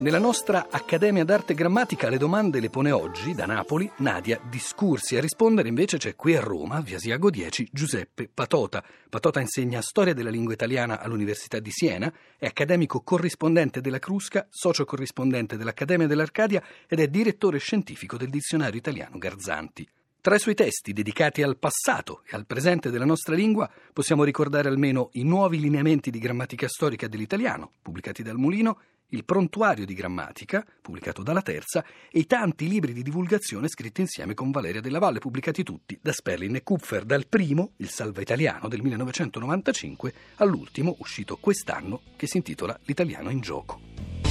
Nella nostra Accademia d'Arte Grammatica le domande le pone oggi, da Napoli, Nadia Discursi. A rispondere invece c'è qui a Roma, via Asiago 10, Giuseppe Patota. Patota insegna storia della lingua italiana all'Università di Siena, è accademico corrispondente della Crusca, socio corrispondente dell'Accademia dell'Arcadia ed è direttore scientifico del dizionario italiano Garzanti. Tra i suoi testi dedicati al passato e al presente della nostra lingua possiamo ricordare almeno i nuovi lineamenti di grammatica storica dell'italiano, pubblicati dal Mulino, il prontuario di grammatica, pubblicato dalla Terza, e i tanti libri di divulgazione scritti insieme con Valeria Della Valle, pubblicati tutti da Sperlin e Kupfer, dal primo, il Salva Italiano del 1995, all'ultimo, uscito quest'anno, che si intitola L'italiano in gioco.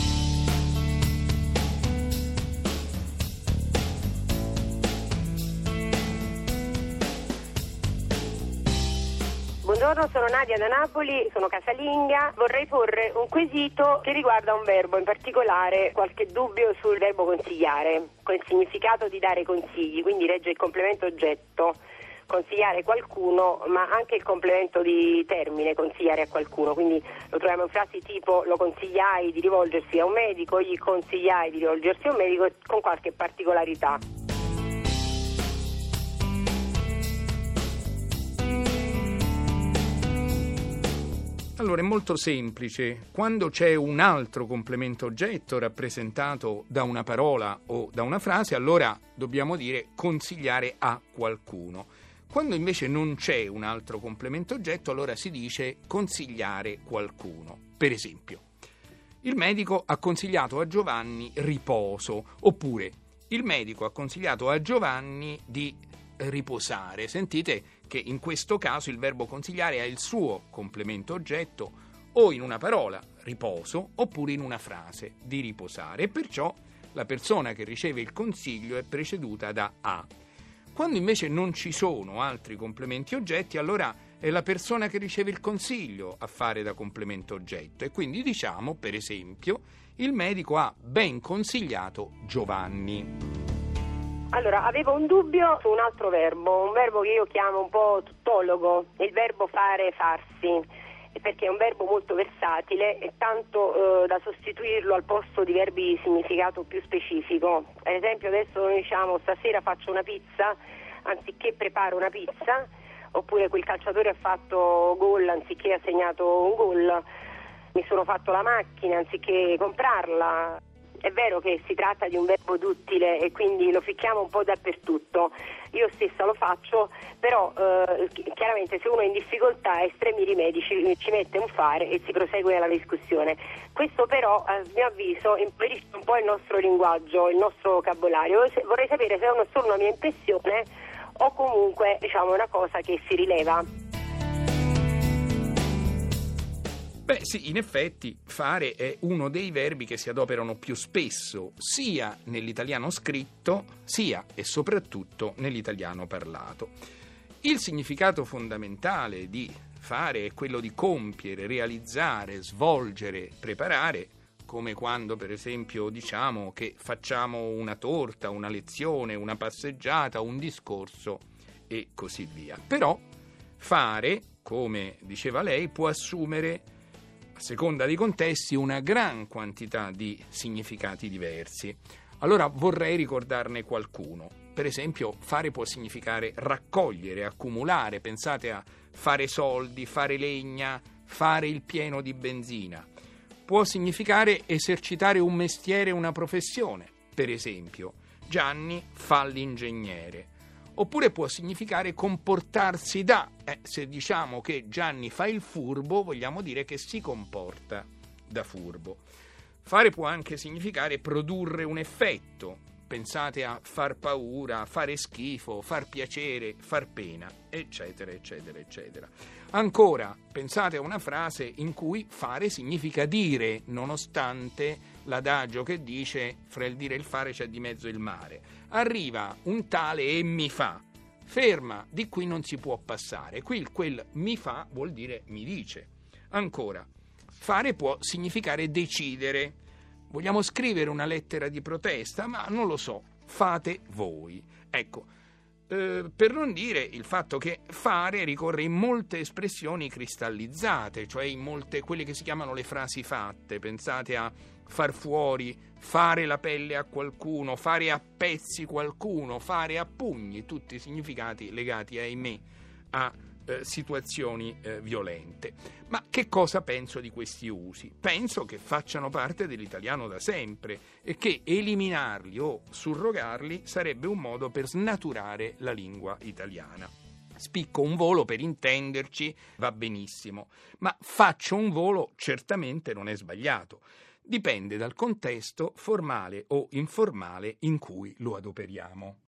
Buongiorno, sono Nadia da Napoli, sono casalinga. Vorrei porre un quesito che riguarda un verbo, in particolare qualche dubbio sul verbo consigliare, con il significato di dare consigli, quindi regge il complemento oggetto, consigliare qualcuno, ma anche il complemento di termine, consigliare a qualcuno, quindi lo troviamo in frasi tipo lo consigliai di rivolgersi a un medico, gli consigliai di rivolgersi a un medico, con qualche particolarità. Allora, è molto semplice. Quando c'è un altro complemento oggetto rappresentato da una parola o da una frase, allora dobbiamo dire consigliare a qualcuno. Quando invece non c'è un altro complemento oggetto, allora si dice consigliare qualcuno. Per esempio, il medico ha consigliato a Giovanni riposo, oppure il medico ha consigliato a Giovanni di riposare. Sentite che in questo caso il verbo consigliare ha il suo complemento oggetto o in una parola, riposo, oppure in una frase, di riposare, e perciò la persona che riceve il consiglio è preceduta da a. Quando invece non ci sono altri complementi oggetti, allora è la persona che riceve il consiglio a fare da complemento oggetto, e quindi diciamo, per esempio, il medico ha ben consigliato Giovanni. Allora, avevo un dubbio su un altro verbo, un verbo che io chiamo un po' tuttologo, il verbo fare, farsi, perché è un verbo molto versatile e tanto da sostituirlo al posto di verbi di significato più specifico. Ad esempio adesso noi diciamo stasera faccio una pizza anziché preparo una pizza, oppure quel calciatore ha fatto gol anziché ha segnato un gol, mi sono fatto la macchina anziché comprarla. È vero che si tratta di un verbo duttile e quindi lo ficchiamo un po' dappertutto. Io stessa lo faccio, però chiaramente se uno è in difficoltà a estremi rimedi ci mette un fare e si prosegue nella discussione. Questo però, a mio avviso, impedisce un po' il nostro linguaggio, il nostro vocabolario. Vorrei sapere se è solo una mia impressione o comunque diciamo una cosa che si rileva. Beh sì, in effetti fare è uno dei verbi che si adoperano più spesso, sia nell'italiano scritto, sia e soprattutto nell'italiano parlato. Il significato fondamentale di fare è quello di compiere, realizzare, svolgere, preparare, come quando per esempio diciamo che facciamo una torta, una lezione, una passeggiata, un discorso e così via. Però fare, come diceva lei, può assumere a seconda dei contesti una gran quantità di significati diversi. Allora vorrei ricordarne qualcuno. Per esempio, fare può significare raccogliere, accumulare. Pensate a fare soldi, fare legna, fare il pieno di benzina. Può significare esercitare un mestiere, una professione. Per esempio, Gianni fa l'ingegnere. Oppure può significare comportarsi da. Se diciamo che Gianni fa il furbo, vogliamo dire che si comporta da furbo. Fare può anche significare produrre un effetto. Pensate a far paura, fare schifo, far piacere, far pena, eccetera, eccetera, eccetera. Ancora, pensate a una frase in cui fare significa dire, nonostante l'adagio che dice fra il dire e il fare c'è di mezzo il mare. Arriva un tale e mi fa. Ferma, di qui non si può passare. Qui quel mi fa vuol dire mi dice. Ancora, fare può significare decidere. Vogliamo scrivere una lettera di protesta, ma non lo so, fate voi. Ecco, Per non dire il fatto che fare ricorre in molte espressioni cristallizzate, cioè in molte quelle che si chiamano le frasi fatte. Pensate a far fuori, fare la pelle a qualcuno, fare a pezzi qualcuno, fare a pugni, tutti significati legati, ahimè, a situazioni violente. Ma che cosa penso di questi usi? Penso che facciano parte dell'italiano da sempre e che eliminarli o surrogarli sarebbe un modo per snaturare la lingua italiana. Spicco un volo, per intenderci, va benissimo, ma faccio un volo certamente non è sbagliato. Dipende dal contesto formale o informale in cui lo adoperiamo.